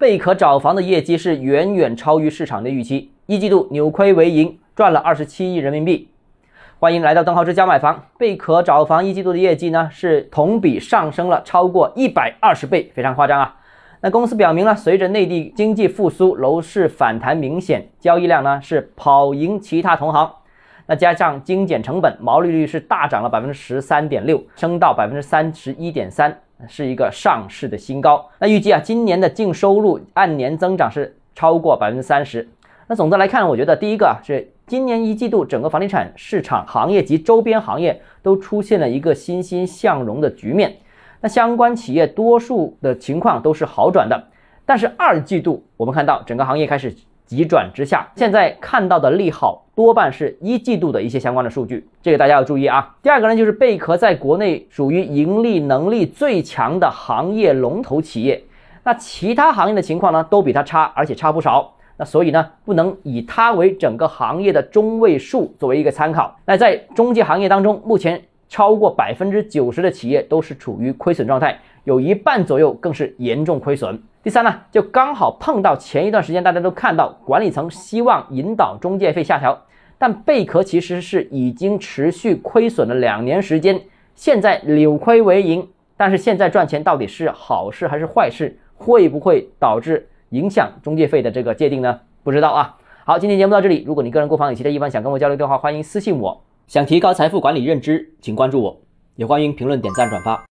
贝壳找房的业绩是远远超于市场的预期，一季度扭亏为盈，赚了27亿人民币。欢迎来到邓浩之家买房。贝壳找房一季度的业绩呢，是同比上升了超过120倍，非常夸张啊。那公司表明了，随着内地经济复苏，楼市反弹明显，交易量呢是跑赢其他同行。那加上精简成本，毛利率是大涨了 13.6%， 升到 31.3%， 是一个上市的新高。那预计今年的净收入按年增长是超过 30%。那总的来看，我觉得第一个是今年一季度整个房地产市场行业及周边行业都出现了一个欣欣向荣的局面。那相关企业多数的情况都是好转的，但是二季度我们看到整个行业开始急转直下，现在看到的利好多半是一季度的一些相关的数据，这个大家要注意啊。第二个呢，就是贝壳在国内属于盈利能力最强的行业龙头企业，那其他行业的情况呢都比它差，而且差不少。那所以呢，不能以它为整个行业的中位数作为一个参考。那在中介行业当中，目前超过 90% 的企业都是处于亏损状态，有一半左右更是严重亏损。第三呢，就刚好碰到前一段时间大家都看到管理层希望引导中介费下调，但贝壳其实是已经持续亏损了2年时间，现在扭亏为盈，但是现在赚钱到底是好事还是坏事，会不会导致影响中介费的这个界定呢？不知道啊。好，今天节目到这里，如果你个人购房有其他疑问想跟我交流的话，欢迎私信我。想提高财富管理认知，请关注我，也欢迎评论、点赞、转发。